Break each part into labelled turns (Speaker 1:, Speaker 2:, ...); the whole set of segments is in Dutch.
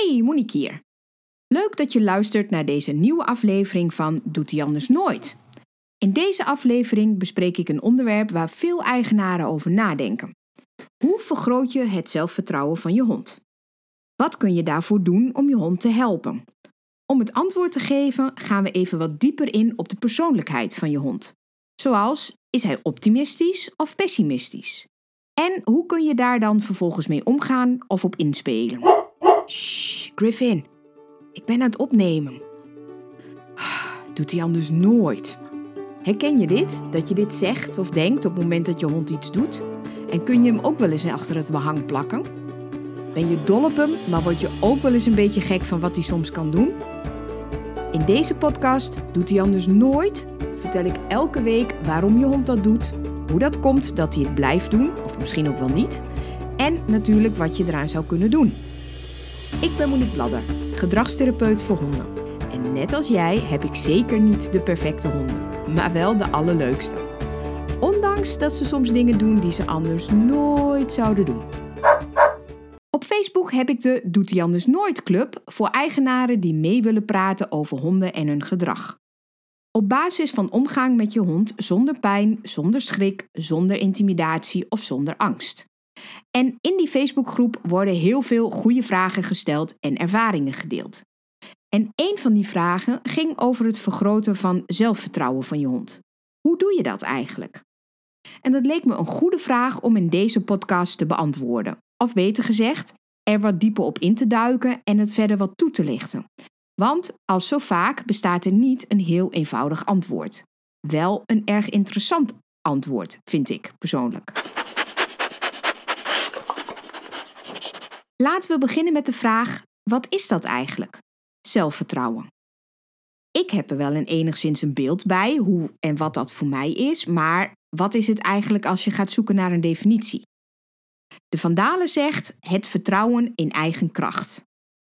Speaker 1: Hey, Monique hier. Leuk dat je luistert naar deze nieuwe aflevering van Doet hij anders nooit. In deze aflevering bespreek ik een onderwerp waar veel eigenaren over nadenken. Hoe vergroot je het zelfvertrouwen van je hond? Wat kun je daarvoor doen om je hond te helpen? Om het antwoord te geven gaan we even wat dieper in op de persoonlijkheid van je hond. Zoals, is hij optimistisch of pessimistisch? En hoe kun je daar dan vervolgens mee omgaan of op inspelen? Shh, Griffin, ik ben aan het opnemen. Doet hij anders nooit. Herken je dit? Dat je dit zegt of denkt op het moment dat je hond iets doet? En kun je hem ook wel eens achter het behang plakken? Ben je dol op hem, maar word je ook wel eens een beetje gek van wat hij soms kan doen? In deze podcast Doet hij anders nooit vertel ik elke week waarom je hond dat doet, hoe dat komt dat hij het blijft doen, of misschien ook wel niet, en natuurlijk wat je eraan zou kunnen doen. Ik ben Monique Bladder, gedragstherapeut voor honden. En net als jij heb ik zeker niet de perfecte honden, maar wel de allerleukste. Ondanks dat ze soms dingen doen die ze anders nooit zouden doen. Op Facebook heb ik de Doet hij anders nooit club voor eigenaren die mee willen praten over honden en hun gedrag. Op basis van omgang met je hond zonder pijn, zonder schrik, zonder intimidatie of zonder angst. En in die Facebookgroep worden heel veel goede vragen gesteld en ervaringen gedeeld. En een van die vragen ging over het vergroten van zelfvertrouwen van je hond. Hoe doe je dat eigenlijk? En dat leek me een goede vraag om in deze podcast te beantwoorden. Of beter gezegd, er wat dieper op in te duiken en het verder wat toe te lichten. Want als zo vaak bestaat er niet een heel eenvoudig antwoord. Wel een erg interessant antwoord, vind ik persoonlijk. Laten we beginnen met de vraag, wat is dat eigenlijk? Zelfvertrouwen. Ik heb er wel enigszins een beeld bij hoe en wat dat voor mij is, maar wat is het eigenlijk als je gaat zoeken naar een definitie? De Van Dalen zegt het vertrouwen in eigen kracht.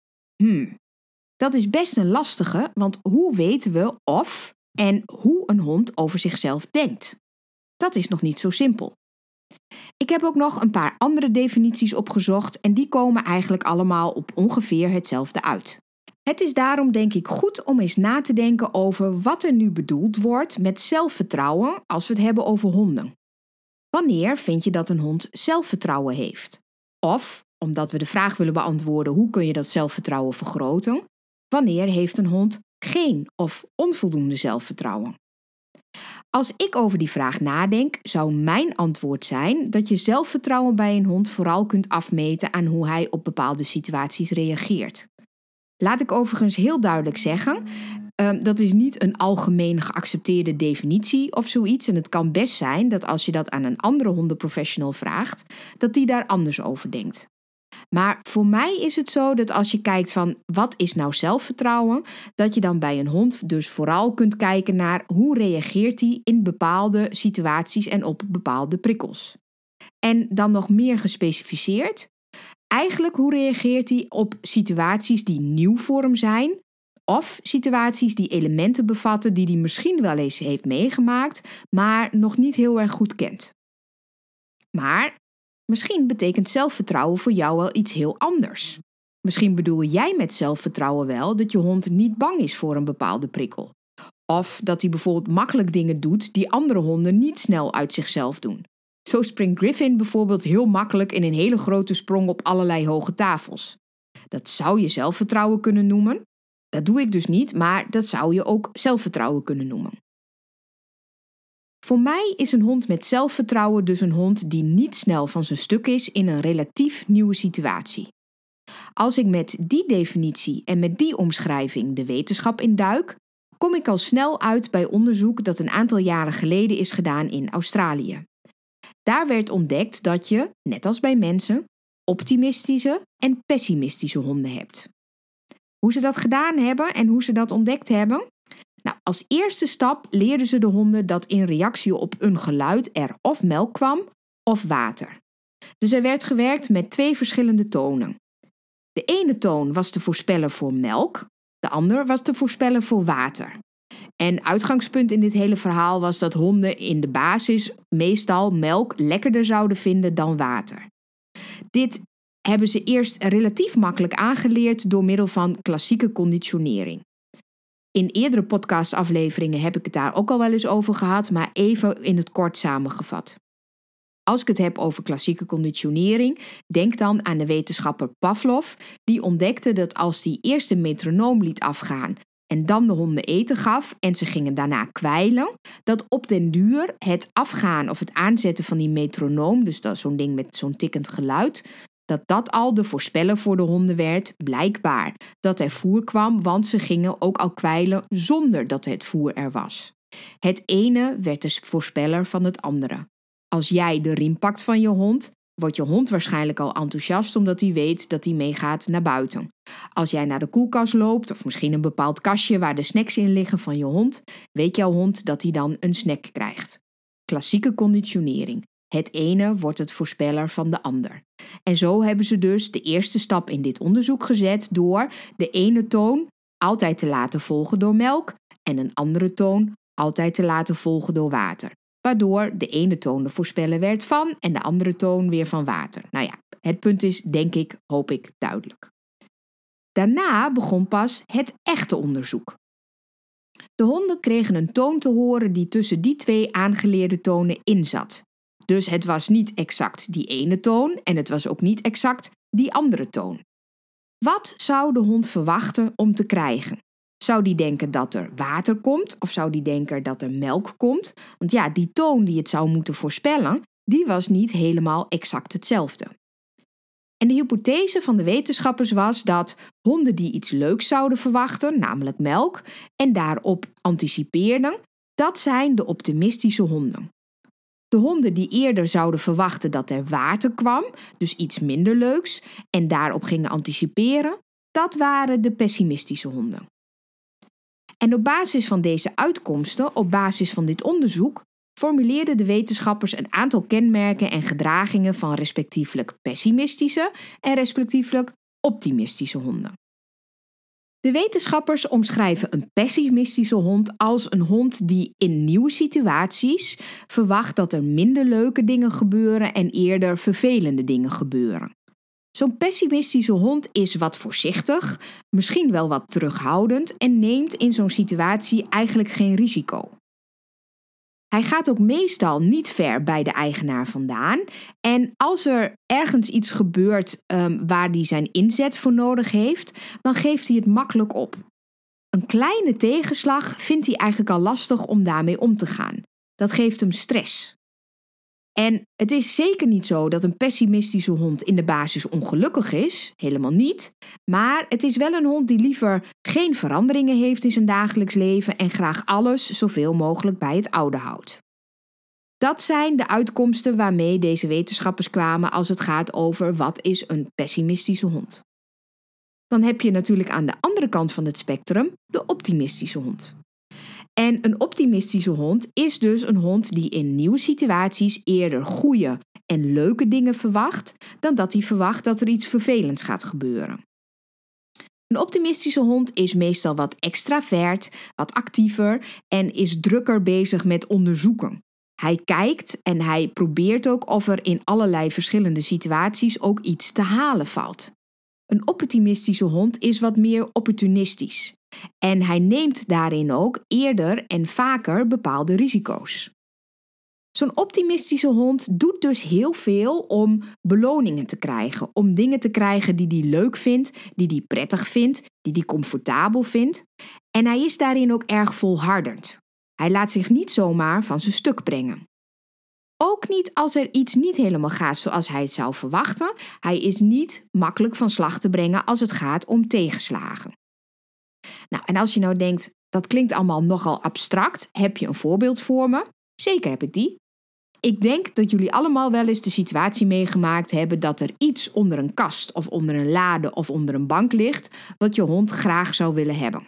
Speaker 1: Dat is best een lastige, want hoe weten we of en hoe een hond over zichzelf denkt? Dat is nog niet zo simpel. Ik heb ook nog een paar andere definities opgezocht en die komen eigenlijk allemaal op ongeveer hetzelfde uit. Het is daarom denk ik goed om eens na te denken over wat er nu bedoeld wordt met zelfvertrouwen als we het hebben over honden. Wanneer vind je dat een hond zelfvertrouwen heeft? Of, omdat we de vraag willen beantwoorden hoe kun je dat zelfvertrouwen vergroten, wanneer heeft een hond geen of onvoldoende zelfvertrouwen? Als ik over die vraag nadenk, zou mijn antwoord zijn dat je zelfvertrouwen bij een hond vooral kunt afmeten aan hoe hij op bepaalde situaties reageert. Laat ik overigens heel duidelijk zeggen, dat is niet een algemeen geaccepteerde definitie of zoiets. En het kan best zijn dat als je dat aan een andere hondenprofessional vraagt, dat die daar anders over denkt. Maar voor mij is het zo dat als je kijkt van wat is nou zelfvertrouwen, dat je dan bij een hond dus vooral kunt kijken naar hoe reageert hij in bepaalde situaties en op bepaalde prikkels. En dan nog meer gespecificeerd, eigenlijk hoe reageert hij op situaties die nieuw voor hem zijn of situaties die elementen bevatten die hij misschien wel eens heeft meegemaakt, maar nog niet heel erg goed kent. Maar misschien betekent zelfvertrouwen voor jou wel iets heel anders. Misschien bedoel jij met zelfvertrouwen wel dat je hond niet bang is voor een bepaalde prikkel. Of dat hij bijvoorbeeld makkelijk dingen doet die andere honden niet snel uit zichzelf doen. Zo springt Griffin bijvoorbeeld heel makkelijk in een hele grote sprong op allerlei hoge tafels. Dat zou je zelfvertrouwen kunnen noemen. Dat doe ik dus niet, maar dat zou je ook zelfvertrouwen kunnen noemen. Voor mij is een hond met zelfvertrouwen dus een hond die niet snel van zijn stuk is in een relatief nieuwe situatie. Als ik met die definitie en met die omschrijving de wetenschap induik, kom ik al snel uit bij onderzoek dat een aantal jaren geleden is gedaan in Australië. Daar werd ontdekt dat je, net als bij mensen, optimistische en pessimistische honden hebt. Hoe ze dat gedaan hebben en hoe ze dat ontdekt hebben? Nou, als eerste stap leerden ze de honden dat in reactie op een geluid er of melk kwam of water. Dus er werd gewerkt met 2 verschillende tonen. De ene toon was te voorspellen voor melk, de ander was te voorspellen voor water. En uitgangspunt in dit hele verhaal was dat honden in de basis meestal melk lekkerder zouden vinden dan water. Dit hebben ze eerst relatief makkelijk aangeleerd door middel van klassieke conditionering. In eerdere podcastafleveringen heb ik het daar ook al wel eens over gehad, maar even in het kort samengevat. Als ik het heb over klassieke conditionering, denk dan aan de wetenschapper Pavlov, die ontdekte dat als hij eerst een metronoom liet afgaan en dan de honden eten gaf en ze gingen daarna kwijlen, dat op den duur het afgaan of het aanzetten van die metronoom, dus dat is zo'n ding met zo'n tikkend geluid, dat al de voorspeller voor de honden werd, blijkbaar dat er voer kwam, want ze gingen ook al kwijlen zonder dat het voer er was. Het ene werd de voorspeller van het andere. Als jij de riem pakt van je hond, wordt je hond waarschijnlijk al enthousiast omdat hij weet dat hij meegaat naar buiten. Als jij naar de koelkast loopt, of misschien een bepaald kastje waar de snacks in liggen van je hond, weet jouw hond dat hij dan een snack krijgt. Klassieke conditionering. Het ene wordt het voorspeller van de ander. En zo hebben ze dus de eerste stap in dit onderzoek gezet door de ene toon altijd te laten volgen door melk en een andere toon altijd te laten volgen door water. Waardoor de ene toon de voorspeller werd van en de andere toon weer van water. Nou ja, het punt is, denk ik, hoop ik, duidelijk. Daarna begon pas het echte onderzoek. De honden kregen een toon te horen die tussen die twee aangeleerde tonen in zat. Dus het was niet exact die ene toon en het was ook niet exact die andere toon. Wat zou de hond verwachten om te krijgen? Zou die denken dat er water komt of zou die denken dat er melk komt? Want ja, die toon die het zou moeten voorspellen, die was niet helemaal exact hetzelfde. En de hypothese van de wetenschappers was dat honden die iets leuks zouden verwachten, namelijk melk, en daarop anticipeerden, dat zijn de optimistische honden. De honden die eerder zouden verwachten dat er water kwam, dus iets minder leuks, en daarop gingen anticiperen, dat waren de pessimistische honden. En op basis van deze uitkomsten, op basis van dit onderzoek, formuleerden de wetenschappers een aantal kenmerken en gedragingen van respectievelijk pessimistische en respectievelijk optimistische honden. De wetenschappers omschrijven een pessimistische hond als een hond die in nieuwe situaties verwacht dat er minder leuke dingen gebeuren en eerder vervelende dingen gebeuren. Zo'n pessimistische hond is wat voorzichtig, misschien wel wat terughoudend en neemt in zo'n situatie eigenlijk geen risico. Hij gaat ook meestal niet ver bij de eigenaar vandaan en als er ergens iets gebeurt waar hij zijn inzet voor nodig heeft, dan geeft hij het makkelijk op. Een kleine tegenslag vindt hij eigenlijk al lastig om daarmee om te gaan. Dat geeft hem stress. En het is zeker niet zo dat een pessimistische hond in de basis ongelukkig is, helemaal niet. Maar het is wel een hond die liever geen veranderingen heeft in zijn dagelijks leven en graag alles zoveel mogelijk bij het oude houdt. Dat zijn de uitkomsten waarmee deze wetenschappers kwamen als het gaat over wat is een pessimistische hond. Dan heb je natuurlijk aan de andere kant van het spectrum de optimistische hond. En een optimistische hond is dus een hond die in nieuwe situaties eerder goede en leuke dingen verwacht dan dat hij verwacht dat er iets vervelends gaat gebeuren. Een optimistische hond is meestal wat extravert, wat actiever en is drukker bezig met onderzoeken. Hij kijkt en hij probeert ook of er in allerlei verschillende situaties ook iets te halen valt. Een optimistische hond is wat meer opportunistisch. En hij neemt daarin ook eerder en vaker bepaalde risico's. Zo'n optimistische hond doet dus heel veel om beloningen te krijgen. Om dingen te krijgen die hij leuk vindt, die hij prettig vindt, die hij comfortabel vindt. En hij is daarin ook erg volhardend. Hij laat zich niet zomaar van zijn stuk brengen. Ook niet als er iets niet helemaal gaat zoals hij het zou verwachten. Hij is niet makkelijk van slag te brengen als het gaat om tegenslagen. Nou, en als je nou denkt, dat klinkt allemaal nogal abstract, heb je een voorbeeld voor me? Zeker heb ik die. Ik denk dat jullie allemaal wel eens de situatie meegemaakt hebben dat er iets onder een kast of onder een lade of onder een bank ligt wat je hond graag zou willen hebben.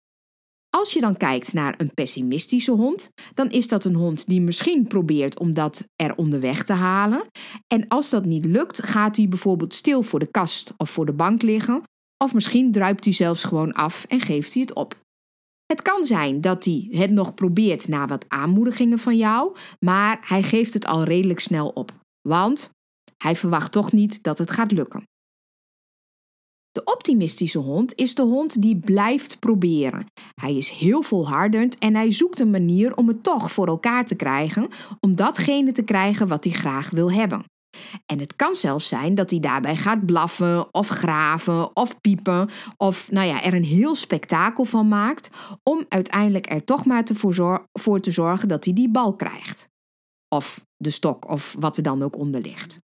Speaker 1: Als je dan kijkt naar een pessimistische hond, dan is dat een hond die misschien probeert om dat er onderweg te halen. En als dat niet lukt, gaat hij bijvoorbeeld stil voor de kast of voor de bank liggen. Of misschien druipt hij zelfs gewoon af en geeft hij het op. Het kan zijn dat hij het nog probeert na wat aanmoedigingen van jou, maar hij geeft het al redelijk snel op. Want hij verwacht toch niet dat het gaat lukken. De optimistische hond is de hond die blijft proberen. Hij is heel volhardend en hij zoekt een manier om het toch voor elkaar te krijgen, om datgene te krijgen wat hij graag wil hebben. En het kan zelfs zijn dat hij daarbij gaat blaffen of graven of piepen of er een heel spektakel van maakt om uiteindelijk er toch maar voor te zorgen dat hij die bal krijgt. Of de stok of wat er dan ook onder ligt.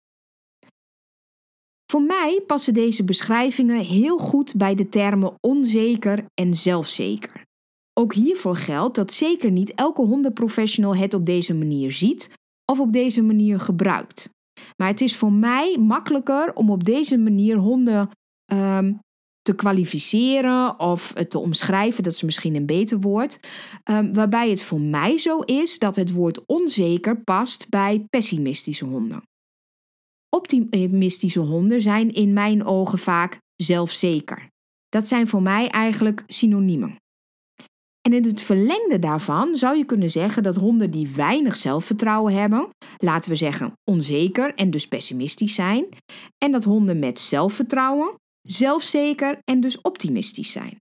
Speaker 1: Voor mij passen deze beschrijvingen heel goed bij de termen onzeker en zelfzeker. Ook hiervoor geldt dat zeker niet elke hondenprofessional het op deze manier ziet of op deze manier gebruikt. Maar het is voor mij makkelijker om op deze manier honden te kwalificeren of te omschrijven, dat is misschien een beter woord, waarbij het voor mij zo is dat het woord onzeker past bij pessimistische honden. Optimistische honden zijn in mijn ogen vaak zelfzeker. Dat zijn voor mij eigenlijk synoniemen. En in het verlengde daarvan zou je kunnen zeggen dat honden die weinig zelfvertrouwen hebben, laten we zeggen onzeker en dus pessimistisch zijn, en dat honden met zelfvertrouwen zelfzeker en dus optimistisch zijn.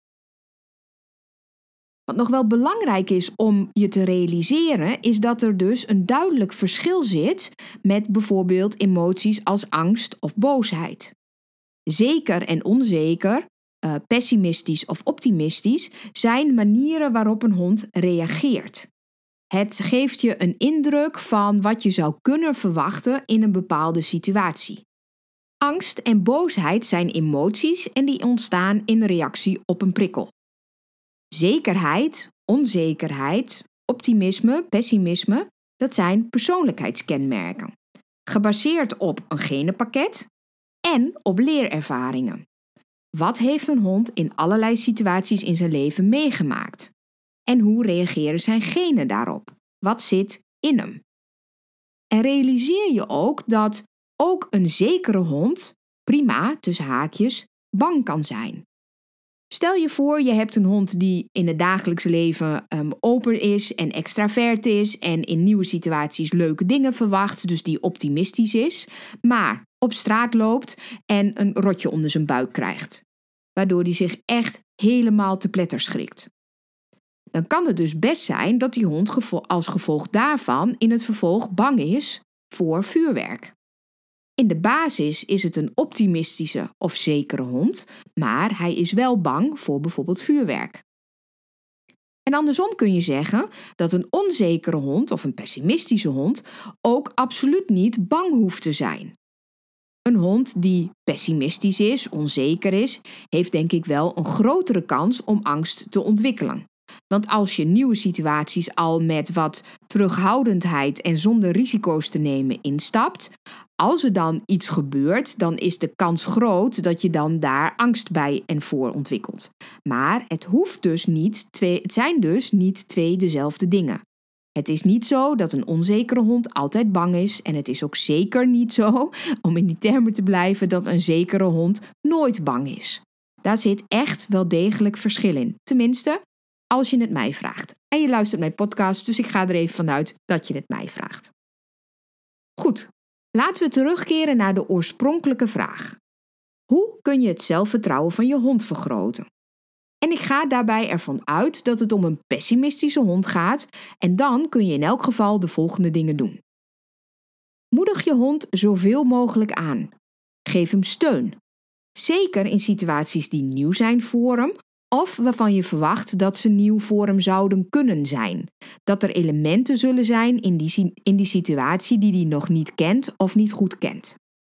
Speaker 1: Wat nog wel belangrijk is om je te realiseren, is dat er dus een duidelijk verschil zit met bijvoorbeeld emoties als angst of boosheid. Zeker en onzeker, pessimistisch of optimistisch, zijn manieren waarop een hond reageert. Het geeft je een indruk van wat je zou kunnen verwachten in een bepaalde situatie. Angst en boosheid zijn emoties en die ontstaan in reactie op een prikkel. Zekerheid, onzekerheid, optimisme, pessimisme, dat zijn persoonlijkheidskenmerken. Gebaseerd op een genenpakket en op leerervaringen. Wat heeft een hond in allerlei situaties in zijn leven meegemaakt? En hoe reageren zijn genen daarop? Wat zit in hem? En realiseer je ook dat ook een zekere hond, prima, tussen haakjes, bang kan zijn. Stel je voor, je hebt een hond die in het dagelijks leven open is en extravert is en in nieuwe situaties leuke dingen verwacht, dus die optimistisch is, maar op straat loopt en een rotje onder zijn buik krijgt, waardoor hij zich echt helemaal te pletter schrikt. Dan kan het dus best zijn dat die hond als gevolg daarvan in het vervolg bang is voor vuurwerk. In de basis is het een optimistische of zekere hond, maar hij is wel bang voor bijvoorbeeld vuurwerk. En andersom kun je zeggen dat een onzekere hond of een pessimistische hond ook absoluut niet bang hoeft te zijn. Een hond die pessimistisch is, onzeker is, heeft denk ik wel een grotere kans om angst te ontwikkelen. Want als je nieuwe situaties al met wat terughoudendheid en zonder risico's te nemen instapt, als er dan iets gebeurt, dan is de kans groot dat je dan daar angst bij en voor ontwikkelt. Maar het zijn dus niet twee dezelfde dingen. Het is niet zo dat een onzekere hond altijd bang is en het is ook zeker niet zo, om in die termen te blijven, dat een zekere hond nooit bang is. Daar zit echt wel degelijk verschil in. Tenminste, als je het mij vraagt. En je luistert mijn podcast, dus ik ga er even vanuit dat je het mij vraagt. Goed, laten we terugkeren naar de oorspronkelijke vraag. Hoe kun je het zelfvertrouwen van je hond vergroten? En ik ga daarbij ervan uit dat het om een pessimistische hond gaat en dan kun je in elk geval de volgende dingen doen. Moedig je hond zoveel mogelijk aan. Geef hem steun. Zeker in situaties die nieuw zijn voor hem of waarvan je verwacht dat ze nieuw voor hem zouden kunnen zijn. Dat er elementen zullen zijn in die situatie die hij nog niet kent of niet goed kent.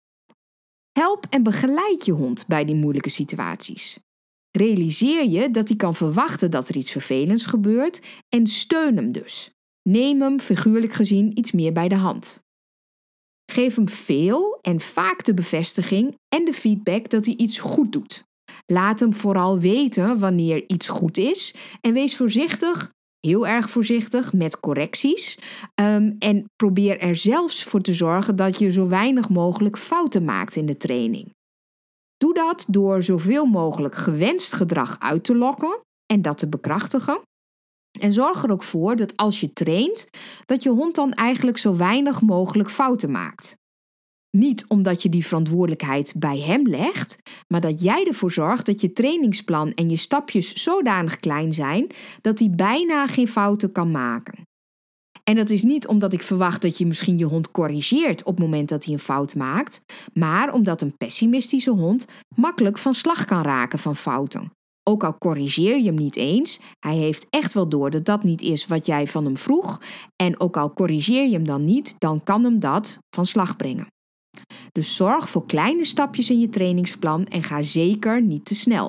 Speaker 1: Help en begeleid je hond bij die moeilijke situaties. Realiseer je dat hij kan verwachten dat er iets vervelends gebeurt en steun hem dus. Neem hem, figuurlijk gezien, iets meer bij de hand. Geef hem veel en vaak de bevestiging en de feedback dat hij iets goed doet. Laat hem vooral weten wanneer iets goed is en wees voorzichtig, heel erg voorzichtig met correcties. En probeer er zelfs voor te zorgen dat je zo weinig mogelijk fouten maakt in de training. Doe dat door zoveel mogelijk gewenst gedrag uit te lokken en dat te bekrachtigen. En zorg er ook voor dat als je traint, dat je hond dan eigenlijk zo weinig mogelijk fouten maakt. Niet omdat je die verantwoordelijkheid bij hem legt, maar dat jij ervoor zorgt dat je trainingsplan en je stapjes zodanig klein zijn dat hij bijna geen fouten kan maken. En dat is niet omdat ik verwacht dat je misschien je hond corrigeert op het moment dat hij een fout maakt, maar omdat een pessimistische hond makkelijk van slag kan raken van fouten. Ook al corrigeer je hem niet eens, hij heeft echt wel door dat dat niet is wat jij van hem vroeg. En ook al corrigeer je hem dan niet, dan kan hem dat van slag brengen. Dus zorg voor kleine stapjes in je trainingsplan en ga zeker niet te snel.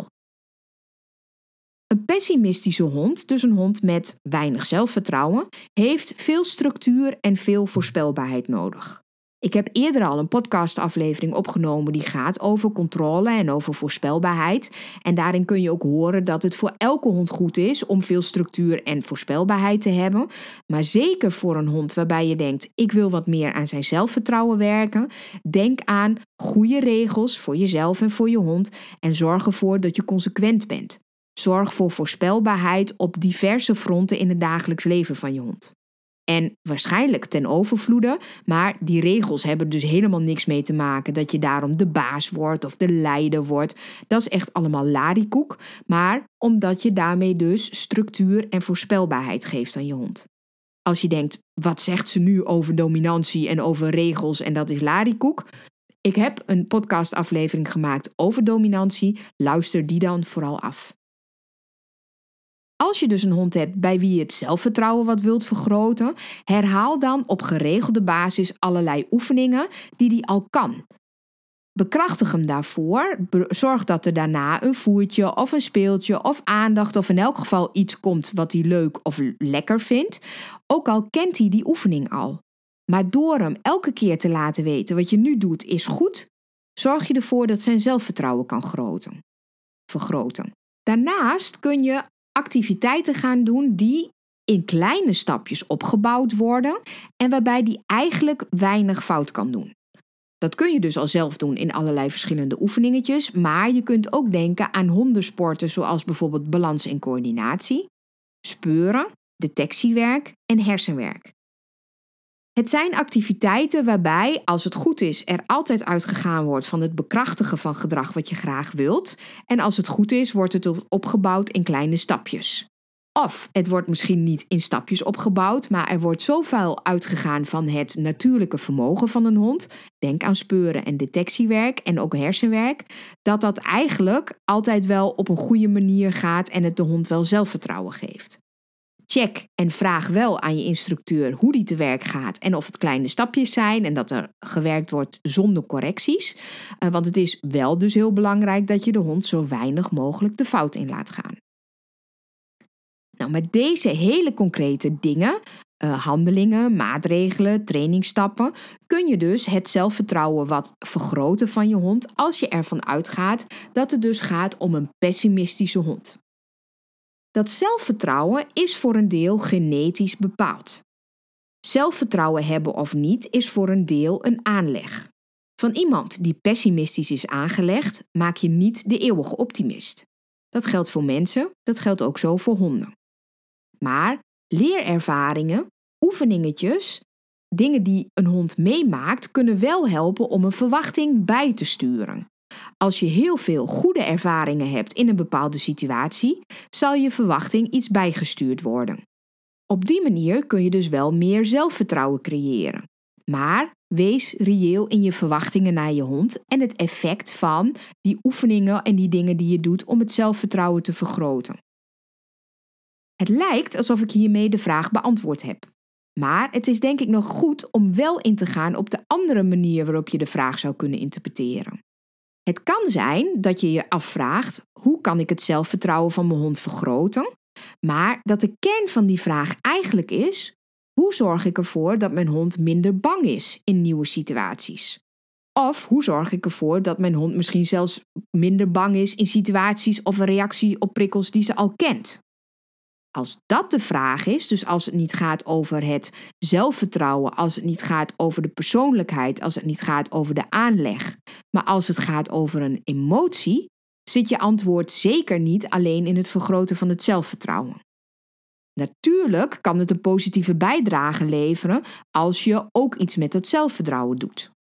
Speaker 1: Een pessimistische hond, dus een hond met weinig zelfvertrouwen, heeft veel structuur en veel voorspelbaarheid nodig. Ik heb eerder al een podcastaflevering opgenomen die gaat over controle en over voorspelbaarheid. En daarin kun je ook horen dat het voor elke hond goed is om veel structuur en voorspelbaarheid te hebben. Maar zeker voor een hond waarbij je denkt, ik wil wat meer aan zijn zelfvertrouwen werken. Denk aan goede regels voor jezelf en voor je hond en zorg ervoor dat je consequent bent. Zorg voor voorspelbaarheid op diverse fronten in het dagelijks leven van je hond. En waarschijnlijk ten overvloede, maar die regels hebben dus helemaal niks mee te maken dat je daarom de baas wordt of de leider wordt. Dat is echt allemaal lariekoek, maar omdat je daarmee dus structuur en voorspelbaarheid geeft aan je hond. Als je denkt, wat zegt ze nu over dominantie en over regels en dat is lariekoek? Ik heb een podcastaflevering gemaakt over dominantie, luister die dan vooral af. Als je dus een hond hebt bij wie je het zelfvertrouwen wat wilt vergroten, herhaal dan op geregelde basis allerlei oefeningen die hij al kan. Bekrachtig hem daarvoor, zorg dat er daarna een voertje of een speeltje of aandacht of in elk geval iets komt wat hij leuk of lekker vindt, ook al kent hij die oefening al. Maar door hem elke keer te laten weten wat je nu doet is goed, zorg je ervoor dat zijn zelfvertrouwen kan vergroten. Daarnaast kun je activiteiten gaan doen die in kleine stapjes opgebouwd worden en waarbij die eigenlijk weinig fout kan doen. Dat kun je dus al zelf doen in allerlei verschillende oefeningetjes, maar je kunt ook denken aan hondensporten zoals bijvoorbeeld balans en coördinatie, speuren, detectiewerk en hersenwerk. Het zijn activiteiten waarbij, als het goed is, er altijd uitgegaan wordt van het bekrachtigen van gedrag wat je graag wilt. En als het goed is, wordt het opgebouwd in kleine stapjes. Of het wordt misschien niet in stapjes opgebouwd, maar er wordt zoveel uitgegaan van het natuurlijke vermogen van een hond. Denk aan speuren en detectiewerk en ook hersenwerk. Dat eigenlijk altijd wel op een goede manier gaat en het de hond wel zelfvertrouwen geeft. Check en vraag wel aan je instructeur hoe die te werk gaat en of het kleine stapjes zijn en dat er gewerkt wordt zonder correcties. Want het is wel dus heel belangrijk dat je de hond zo weinig mogelijk de fout in laat gaan. Nou, met deze hele concrete dingen, handelingen, maatregelen, trainingsstappen, kun je dus het zelfvertrouwen wat vergroten van je hond als je ervan uitgaat dat het dus gaat om een pessimistische hond. Dat zelfvertrouwen is voor een deel genetisch bepaald. Zelfvertrouwen hebben of niet is voor een deel een aanleg. Van iemand die pessimistisch is aangelegd, maak je niet de eeuwige optimist. Dat geldt voor mensen, dat geldt ook zo voor honden. Maar leerervaringen, oefeningetjes, dingen die een hond meemaakt, kunnen wel helpen om een verwachting bij te sturen. Als je heel veel goede ervaringen hebt in een bepaalde situatie, zal je verwachting iets bijgestuurd worden. Op die manier kun je dus wel meer zelfvertrouwen creëren. Maar wees reëel in je verwachtingen naar je hond en het effect van die oefeningen en die dingen die je doet om het zelfvertrouwen te vergroten. Het lijkt alsof ik hiermee de vraag beantwoord heb. Maar het is denk ik nog goed om wel in te gaan op de andere manier waarop je de vraag zou kunnen interpreteren. Het kan zijn dat je je afvraagt, hoe kan ik het zelfvertrouwen van mijn hond vergroten? Maar dat de kern van die vraag eigenlijk is, hoe zorg ik ervoor dat mijn hond minder bang is in nieuwe situaties? Of hoe zorg ik ervoor dat mijn hond misschien zelfs minder bang is in situaties of een reactie op prikkels die ze al kent? Als dat de vraag is, dus als het niet gaat over het zelfvertrouwen, als het niet gaat over de persoonlijkheid, als het niet gaat over de aanleg, maar als het gaat over een emotie, zit je antwoord zeker niet alleen in het vergroten van het zelfvertrouwen. Natuurlijk kan het een positieve bijdrage leveren als je ook iets met het zelfvertrouwen doet.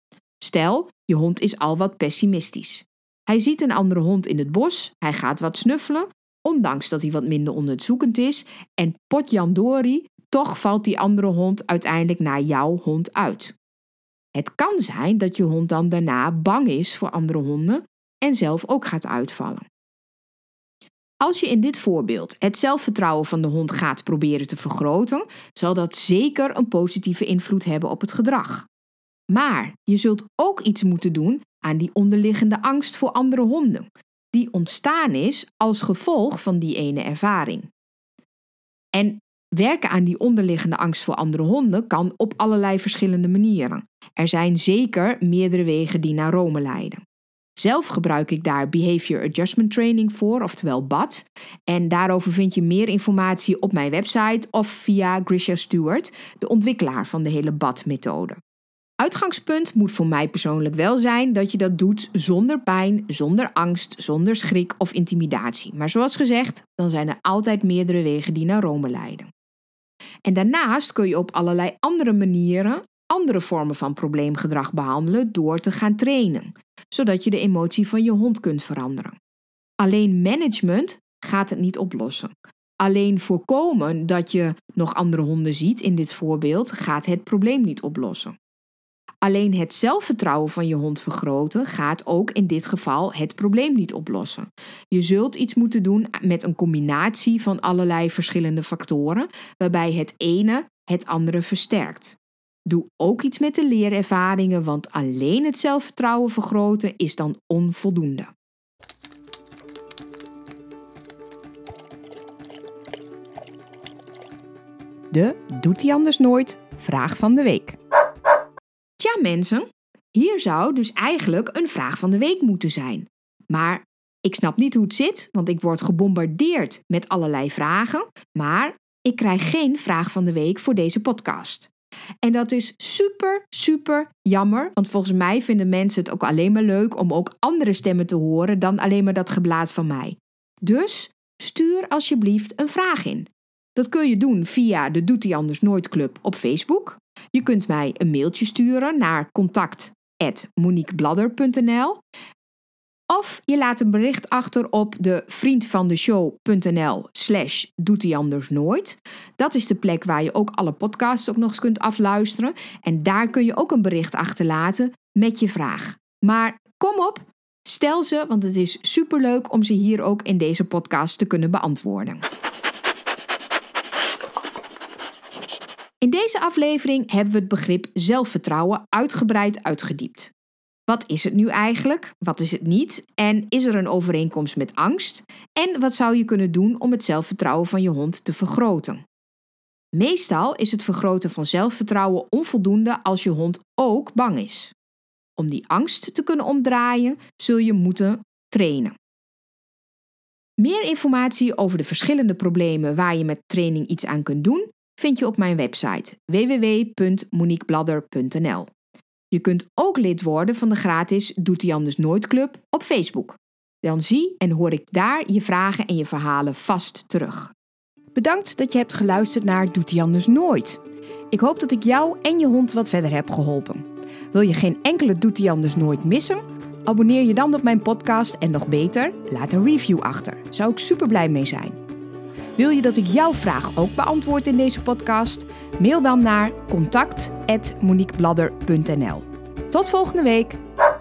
Speaker 1: Stel, je hond is al wat pessimistisch. Hij ziet een andere hond in het bos, hij gaat wat snuffelen, ondanks dat hij wat minder onderzoekend is, en potjandori, toch valt die andere hond uiteindelijk naar jouw hond uit. Het kan zijn dat je hond dan daarna bang is voor andere honden en zelf ook gaat uitvallen. Als je in dit voorbeeld het zelfvertrouwen van de hond gaat proberen te vergroten, zal dat zeker een positieve invloed hebben op het gedrag. Maar je zult ook iets moeten doen aan die onderliggende angst voor andere honden, die ontstaan is als gevolg van die ene ervaring. En werken aan die onderliggende angst voor andere honden kan op allerlei verschillende manieren. Er zijn zeker meerdere wegen die naar Rome leiden. Zelf gebruik ik daar Behavior Adjustment Training voor, oftewel BAT. En daarover vind je meer informatie op mijn website of via Grisha Stewart, de ontwikkelaar van de hele BAT-methode. Uitgangspunt moet voor mij persoonlijk wel zijn dat je dat doet zonder pijn, zonder angst, zonder schrik of intimidatie. Maar zoals gezegd, dan zijn er altijd meerdere wegen die naar Rome leiden. En daarnaast kun je op allerlei andere manieren andere vormen van probleemgedrag behandelen door te gaan trainen, zodat je de emotie van je hond kunt veranderen. Alleen management gaat het niet oplossen. Alleen voorkomen dat je nog andere honden ziet in dit voorbeeld gaat het probleem niet oplossen. Alleen het zelfvertrouwen van je hond vergroten gaat ook in dit geval het probleem niet oplossen. Je zult iets moeten doen met een combinatie van allerlei verschillende factoren, waarbij het ene het andere versterkt. Doe ook iets met de leerervaringen, want alleen het zelfvertrouwen vergroten is dan onvoldoende. De Doet hij anders nooit? Vraag van de week. Tja mensen, hier zou dus eigenlijk een vraag van de week moeten zijn. Maar ik snap niet hoe het zit, want ik word gebombardeerd met allerlei vragen, maar ik krijg geen vraag van de week voor deze podcast. En dat is super jammer, want volgens mij vinden mensen het ook alleen maar leuk om ook andere stemmen te horen dan alleen maar dat geblaat van mij. Dus stuur alsjeblieft een vraag in. Dat kun je doen via de Doet hij anders nooit club op Facebook. Je kunt mij een mailtje sturen naar contact@moniquebladder.nl of je laat een bericht achter op de vriendvandeshow.nl/doethieandersnooit. Dat is de plek waar je ook alle podcasts ook nog eens kunt afluisteren. En daar kun je ook een bericht achterlaten met je vraag. Maar kom op, stel ze, want het is superleuk om ze hier ook in deze podcast te kunnen beantwoorden. In deze aflevering hebben we het begrip zelfvertrouwen uitgebreid uitgediept. Wat is het nu eigenlijk? Wat is het niet? En is er een overeenkomst met angst? En wat zou je kunnen doen om het zelfvertrouwen van je hond te vergroten? Meestal is het vergroten van zelfvertrouwen onvoldoende als je hond ook bang is. Om die angst te kunnen omdraaien, zul je moeten trainen. Meer informatie over de verschillende problemen waar je met training iets aan kunt doen, vind je op mijn website www.moniquebladder.nl. Je kunt ook lid worden van de gratis Doet hij anders nooit club op Facebook. Dan zie en hoor ik daar je vragen en je verhalen vast terug. Bedankt dat je hebt geluisterd naar Doet hij anders nooit. Ik hoop dat ik jou en je hond wat verder heb geholpen. Wil je geen enkele Doet hij anders nooit missen? Abonneer je dan op mijn podcast en nog beter, laat een review achter. Zou ik super blij mee zijn. Wil je dat ik jouw vraag ook beantwoord in deze podcast? Mail dan naar contact@moniquebladder.nl. Tot volgende week!